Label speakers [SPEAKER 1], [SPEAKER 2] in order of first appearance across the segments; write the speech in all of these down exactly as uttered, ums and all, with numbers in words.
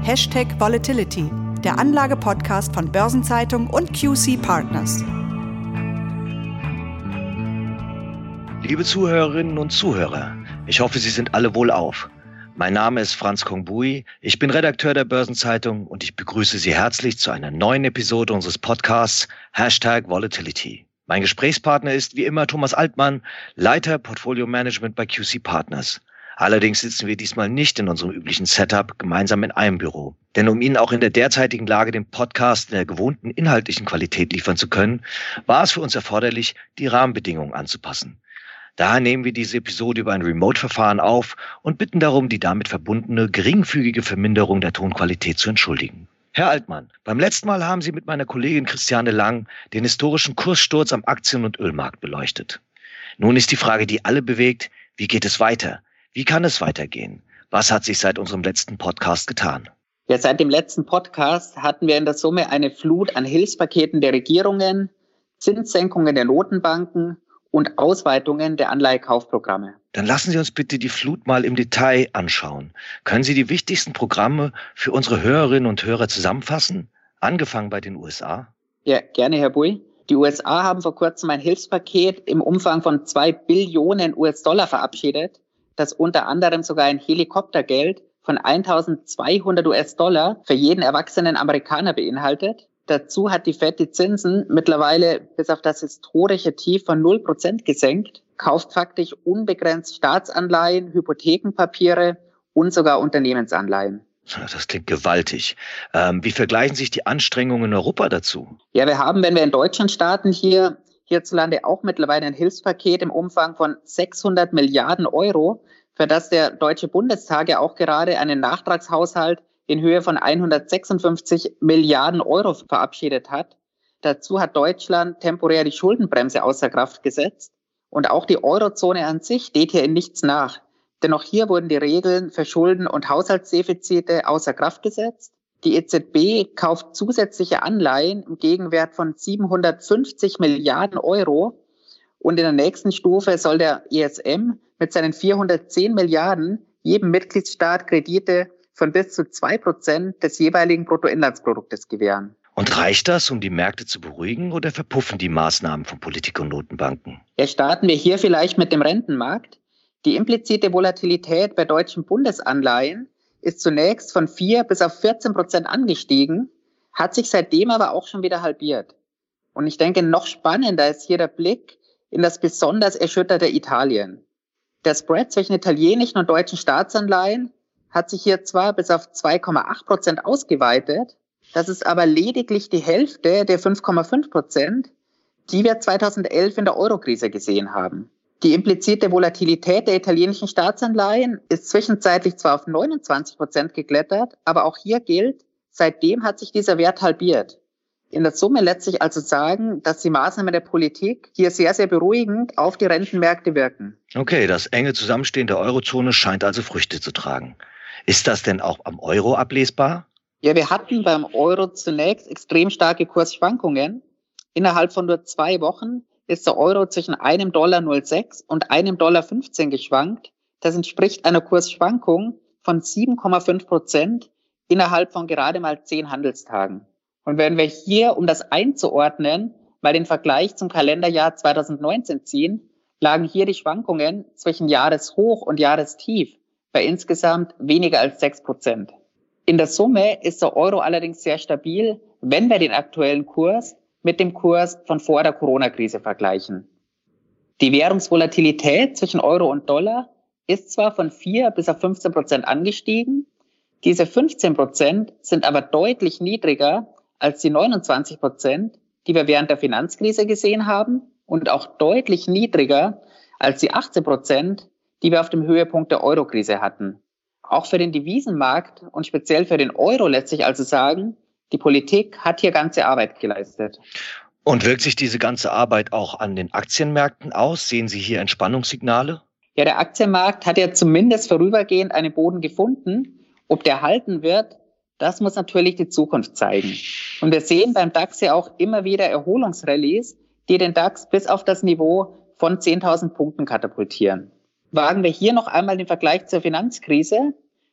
[SPEAKER 1] Hashtag Volatility, der Anlage-Podcast von Börsenzeitung und Q C Partners.
[SPEAKER 2] Liebe Zuhörerinnen und Zuhörer, ich hoffe, Sie sind alle wohlauf. Mein Name ist Franz Kongbui, ich bin Redakteur der Börsenzeitung und ich begrüße Sie herzlich zu einer neuen Episode unseres Podcasts Hashtag Volatility. Mein Gesprächspartner ist wie immer Thomas Altmann, Leiter Portfolio Management bei Q C Partners. Allerdings sitzen wir diesmal nicht in unserem üblichen Setup gemeinsam in einem Büro. Denn um Ihnen auch in der derzeitigen Lage den Podcast in der gewohnten inhaltlichen Qualität liefern zu können, war es für uns erforderlich, die Rahmenbedingungen anzupassen. Daher nehmen wir diese Episode über ein Remote-Verfahren auf und bitten darum, die damit verbundene geringfügige Verminderung der Tonqualität zu entschuldigen. Herr Altmann, beim letzten Mal haben Sie mit meiner Kollegin Christiane Lang den historischen Kurssturz am Aktien- und Ölmarkt beleuchtet. Nun ist die Frage, die alle bewegt, wie geht es weiter? Wie kann es weitergehen? Was hat sich seit unserem letzten Podcast getan?
[SPEAKER 3] Ja, seit dem letzten Podcast hatten wir in der Summe eine Flut an Hilfspaketen der Regierungen, Zinssenkungen der Notenbanken und Ausweitungen der Anleihekaufprogramme.
[SPEAKER 2] Dann lassen Sie uns bitte die Flut mal im Detail anschauen. Können Sie die wichtigsten Programme für unsere Hörerinnen und Hörer zusammenfassen? Angefangen bei den U S A?
[SPEAKER 3] Ja, gerne, Herr Bui. Die U S A haben vor kurzem ein Hilfspaket im Umfang von zwei Billionen U S-Dollar verabschiedet, das unter anderem sogar ein Helikoptergeld von eintausendzweihundert U S-Dollar für jeden erwachsenen Amerikaner beinhaltet. Dazu hat die Fed die Zinsen mittlerweile bis auf das historische Tief von null Prozent gesenkt, kauft faktisch unbegrenzt Staatsanleihen, Hypothekenpapiere und sogar Unternehmensanleihen.
[SPEAKER 2] Das klingt gewaltig. Ähm, wie vergleichen sich die Anstrengungen in Europa dazu?
[SPEAKER 3] Ja, wir haben, wenn wir in Deutschland starten, hier hierzulande auch mittlerweile ein Hilfspaket im Umfang von sechshundert Milliarden Euro, für das der Deutsche Bundestag ja auch gerade einen Nachtragshaushalt in Höhe von hundertsechsundfünfzig Milliarden Euro verabschiedet hat. Dazu hat Deutschland temporär die Schuldenbremse außer Kraft gesetzt. Und auch die Eurozone an sich steht hier in nichts nach. Denn auch hier wurden die Regeln für Schulden- und Haushaltsdefizite außer Kraft gesetzt. Die E Z B kauft zusätzliche Anleihen im Gegenwert von siebenhundertfünfzig Milliarden Euro. Und in der nächsten Stufe soll der E S M mit seinen vierhundertzehn Milliarden jedem Mitgliedstaat Kredite von bis zu zwei Prozent des jeweiligen Bruttoinlandsproduktes gewähren.
[SPEAKER 2] Und reicht das, um die Märkte zu beruhigen, oder verpuffen die Maßnahmen von Politik und Notenbanken?
[SPEAKER 3] Ja, starten wir hier vielleicht mit dem Rentenmarkt. Die implizite Volatilität bei deutschen Bundesanleihen ist zunächst von vier bis auf vierzehn Prozent angestiegen, hat sich seitdem aber auch schon wieder halbiert. Und ich denke, noch spannender ist hier der Blick in das besonders erschütterte Italien. Der Spread zwischen italienischen und deutschen Staatsanleihen hat sich hier zwar bis auf zwei Komma acht Prozent ausgeweitet, das ist aber lediglich die Hälfte der fünf Komma fünf Prozent, die wir zweitausendelf in der Eurokrise gesehen haben. Die implizite Volatilität der italienischen Staatsanleihen ist zwischenzeitlich zwar auf neunundzwanzig Prozent geklettert, aber auch hier gilt, seitdem hat sich dieser Wert halbiert. In der Summe lässt sich also sagen, dass die Maßnahmen der Politik hier sehr, sehr beruhigend auf die Rentenmärkte wirken.
[SPEAKER 2] Okay, das enge Zusammenstehen der Eurozone scheint also Früchte zu tragen. Ist das denn auch am Euro ablesbar?
[SPEAKER 3] Ja, wir hatten beim Euro zunächst extrem starke Kursschwankungen. Innerhalb von nur zwei Wochen ist der Euro zwischen einem Dollar null Komma sechs und einem Dollar fünfzehn geschwankt. Das entspricht einer Kursschwankung von sieben Komma fünf Prozent innerhalb von gerade mal zehn Handelstagen. Und wenn wir hier, um das einzuordnen, mal den Vergleich zum Kalenderjahr zweitausendneunzehn ziehen, lagen hier die Schwankungen zwischen Jahreshoch und Jahrestief bei insgesamt weniger als sechs Prozent. In der Summe ist der Euro allerdings sehr stabil, wenn wir den aktuellen Kurs mit dem Kurs von vor der Corona-Krise vergleichen. Die Währungsvolatilität zwischen Euro und Dollar ist zwar von vier bis auf fünfzehn Prozent angestiegen, diese fünfzehn Prozent sind aber deutlich niedriger als die neunundzwanzig Prozent, die wir während der Finanzkrise gesehen haben und auch deutlich niedriger als die achtzehn Prozent, die wir auf dem Höhepunkt der Eurokrise hatten. Auch für den Devisenmarkt und speziell für den Euro lässt sich also sagen, die Politik hat hier ganze Arbeit geleistet.
[SPEAKER 2] Und wirkt sich diese ganze Arbeit auch an den Aktienmärkten aus? Sehen Sie hier Entspannungssignale?
[SPEAKER 3] Ja, der Aktienmarkt hat ja zumindest vorübergehend einen Boden gefunden. Ob der halten wird, das muss natürlich die Zukunft zeigen. Und wir sehen beim DAX ja auch immer wieder Erholungsrallyes, die den DAX bis auf das Niveau von zehntausend Punkten katapultieren. Wagen wir hier noch einmal den Vergleich zur Finanzkrise,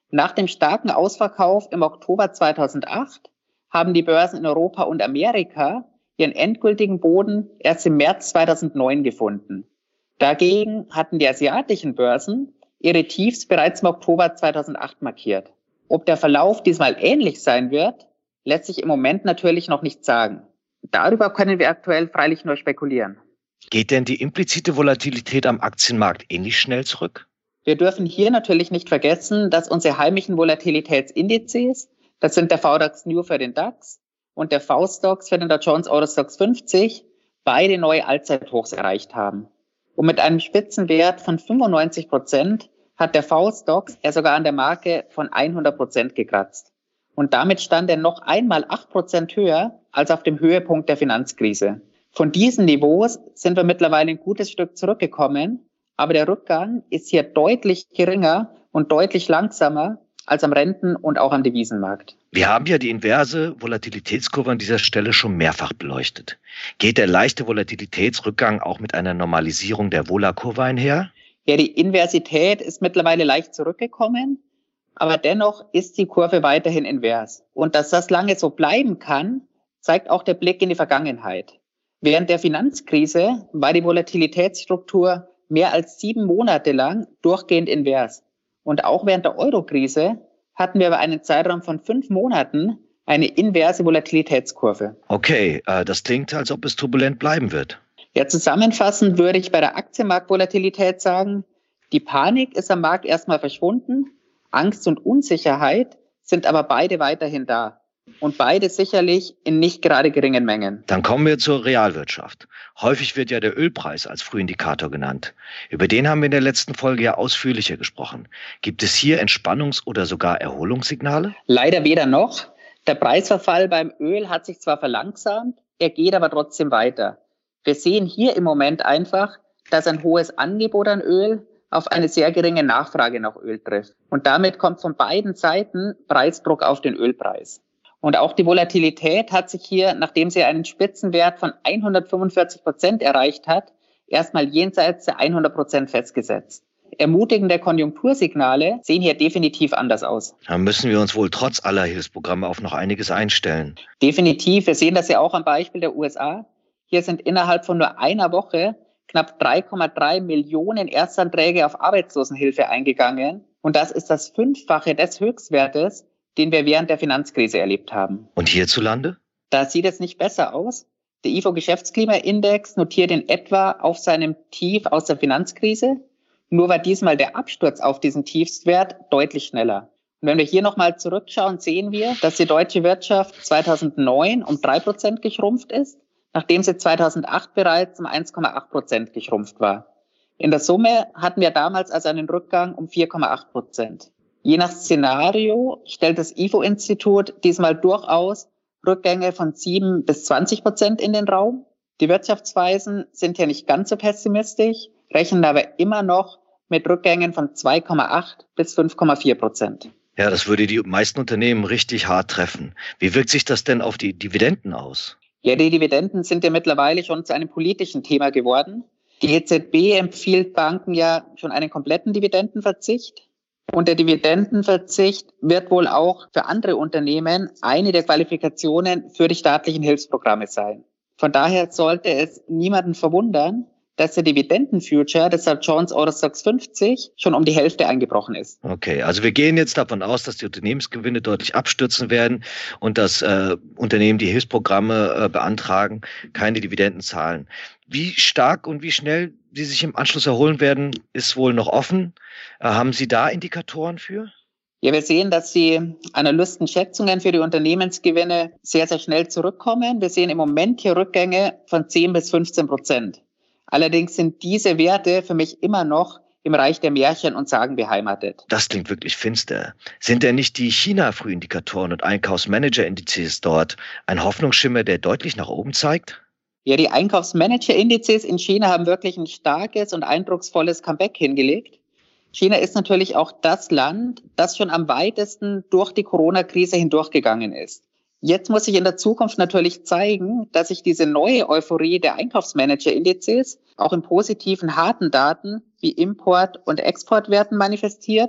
[SPEAKER 3] Nach dem starken Ausverkauf im Oktober zweitausendacht haben die Börsen in Europa und Amerika ihren endgültigen Boden erst im März zweitausendneun gefunden. Dagegen hatten die asiatischen Börsen ihre Tiefs bereits im Oktober zweitausendacht markiert. Ob der Verlauf diesmal ähnlich sein wird, lässt sich im Moment natürlich noch nicht sagen. Darüber können wir aktuell freilich nur spekulieren.
[SPEAKER 2] Geht denn die implizite Volatilität am Aktienmarkt ähnlich schnell zurück?
[SPEAKER 3] Wir dürfen hier natürlich nicht vergessen, dass unsere heimischen Volatilitätsindizes, das sind der V DAX New für den DAX und der V-Stoxx für den Dow Jones Eurostoxx fünfzig, beide neue Allzeithochs erreicht haben. Und mit einem Spitzenwert von fünfundneunzig Prozent hat der V-Stoxx ja sogar an der Marke von hundert Prozent gekratzt. Und damit stand er noch einmal acht Prozent höher als auf dem Höhepunkt der Finanzkrise. Von diesen Niveaus sind wir mittlerweile ein gutes Stück zurückgekommen, aber der Rückgang ist hier deutlich geringer und deutlich langsamer als am Renten- und auch am Devisenmarkt.
[SPEAKER 2] Wir haben ja die inverse Volatilitätskurve an dieser Stelle schon mehrfach beleuchtet. Geht der leichte Volatilitätsrückgang auch mit einer Normalisierung der Vola-Kurve einher?
[SPEAKER 3] Ja, die Inversität ist mittlerweile leicht zurückgekommen, aber dennoch ist die Kurve weiterhin invers. Und dass das lange so bleiben kann, zeigt auch der Blick in die Vergangenheit. Während der Finanzkrise war die Volatilitätsstruktur mehr als sieben Monate lang durchgehend invers. Und auch während der Euro-Krise hatten wir über einen Zeitraum von fünf Monaten eine inverse Volatilitätskurve.
[SPEAKER 2] Okay, äh, das klingt, als ob es turbulent bleiben wird.
[SPEAKER 3] Ja, zusammenfassend würde ich bei der Aktienmarktvolatilität sagen, die Panik ist am Markt erstmal verschwunden, Angst und Unsicherheit sind aber beide weiterhin da. Und beide sicherlich in nicht gerade geringen Mengen.
[SPEAKER 2] Dann kommen wir zur Realwirtschaft. Häufig wird ja der Ölpreis als Frühindikator genannt. Über den haben wir in der letzten Folge ja ausführlicher gesprochen. Gibt es hier Entspannungs- oder sogar Erholungssignale?
[SPEAKER 3] Leider weder noch. Der Preisverfall beim Öl hat sich zwar verlangsamt, er geht aber trotzdem weiter. Wir sehen hier im Moment einfach, dass ein hohes Angebot an Öl auf eine sehr geringe Nachfrage nach Öl trifft. Und damit kommt von beiden Seiten Preisdruck auf den Ölpreis. Und auch die Volatilität hat sich hier, nachdem sie einen Spitzenwert von hundertfünfundvierzig Prozent erreicht hat, erstmal jenseits der hundert Prozent festgesetzt. Ermutigende Konjunktursignale sehen hier definitiv anders aus.
[SPEAKER 2] Da müssen wir uns wohl trotz aller Hilfsprogramme auf noch einiges einstellen.
[SPEAKER 3] Definitiv. Wir sehen das ja auch am Beispiel der U S A. Hier sind innerhalb von nur einer Woche knapp drei Komma drei Millionen Erstanträge auf Arbeitslosenhilfe eingegangen. Und das ist das Fünffache des Höchstwertes, den wir während der Finanzkrise erlebt haben.
[SPEAKER 2] Und hierzulande?
[SPEAKER 3] Da sieht es nicht besser aus. Der I F O-Geschäftsklimaindex notiert in etwa auf seinem Tief aus der Finanzkrise. Nur war diesmal der Absturz auf diesen Tiefstwert deutlich schneller. Und wenn wir hier nochmal zurückschauen, sehen wir, dass die deutsche Wirtschaft zweitausendneun um drei Prozent geschrumpft ist, nachdem sie zweitausendacht bereits um eins Komma acht Prozent geschrumpft war. In der Summe hatten wir damals also einen Rückgang um vier Komma acht Prozent. Je nach Szenario stellt das I F O-Institut diesmal durchaus Rückgänge von sieben bis zwanzig Prozent in den Raum. Die Wirtschaftsweisen sind hier nicht ganz so pessimistisch, rechnen aber immer noch mit Rückgängen von zwei Komma acht bis fünf Komma vier Prozent.
[SPEAKER 2] Ja, das würde die meisten Unternehmen richtig hart treffen. Wie wirkt sich das denn auf die Dividenden aus?
[SPEAKER 3] Ja, die Dividenden sind ja mittlerweile schon zu einem politischen Thema geworden. Die E Z B empfiehlt Banken ja schon einen kompletten Dividendenverzicht. Und der Dividendenverzicht wird wohl auch für andere Unternehmen eine der Qualifikationen für die staatlichen Hilfsprogramme sein. Von daher sollte es niemanden verwundern, dass der Dividendenfuture des Dow Jones Eurostoxx fünfzig schon um die Hälfte eingebrochen ist.
[SPEAKER 2] Okay, also wir gehen jetzt davon aus, dass die Unternehmensgewinne deutlich abstürzen werden und dass äh, Unternehmen, die Hilfsprogramme äh, beantragen, keine Dividenden zahlen. Wie stark und wie schnell sie sich im Anschluss erholen werden, ist wohl noch offen. Äh, haben Sie da Indikatoren für?
[SPEAKER 3] Ja, wir sehen, dass die Analystenschätzungen für die Unternehmensgewinne sehr, sehr schnell zurückkommen. Wir sehen im Moment hier Rückgänge von zehn bis fünfzehn Prozent. Allerdings sind diese Werte für mich immer noch im Reich der Märchen und Sagen beheimatet.
[SPEAKER 2] Das klingt wirklich finster. Sind denn nicht die China-Frühindikatoren und Einkaufsmanager-Indizes dort ein Hoffnungsschimmer, der deutlich nach oben zeigt?
[SPEAKER 3] Ja, die Einkaufsmanager-Indizes in China haben wirklich ein starkes und eindrucksvolles Comeback hingelegt. China ist natürlich auch das Land, das schon am weitesten durch die Corona-Krise hindurchgegangen ist. Jetzt muss sich in der Zukunft natürlich zeigen, dass sich diese neue Euphorie der Einkaufsmanager-Indizes auch in positiven, harten Daten wie Import- und Exportwerten manifestiert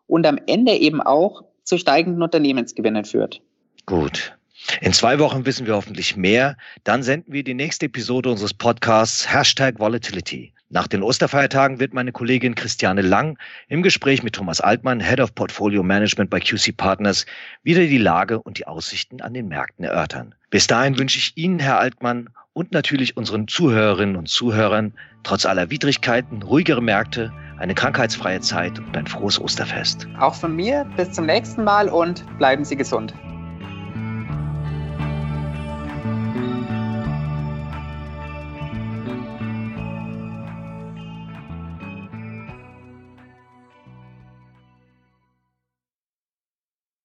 [SPEAKER 3] und am Ende eben auch zu steigenden Unternehmensgewinnen führt.
[SPEAKER 2] Gut. In zwei Wochen wissen wir hoffentlich mehr. Dann senden wir die nächste Episode unseres Podcasts Hashtag Volatility. Nach den Osterfeiertagen wird meine Kollegin Christiane Lang im Gespräch mit Thomas Altmann, Head of Portfolio Management bei Q C Partners, wieder die Lage und die Aussichten an den Märkten erörtern. Bis dahin wünsche ich Ihnen, Herr Altmann, und natürlich unseren Zuhörerinnen und Zuhörern trotz aller Widrigkeiten ruhigere Märkte, eine krankheitsfreie Zeit und ein frohes Osterfest.
[SPEAKER 3] Auch von mir bis zum nächsten Mal und bleiben Sie gesund.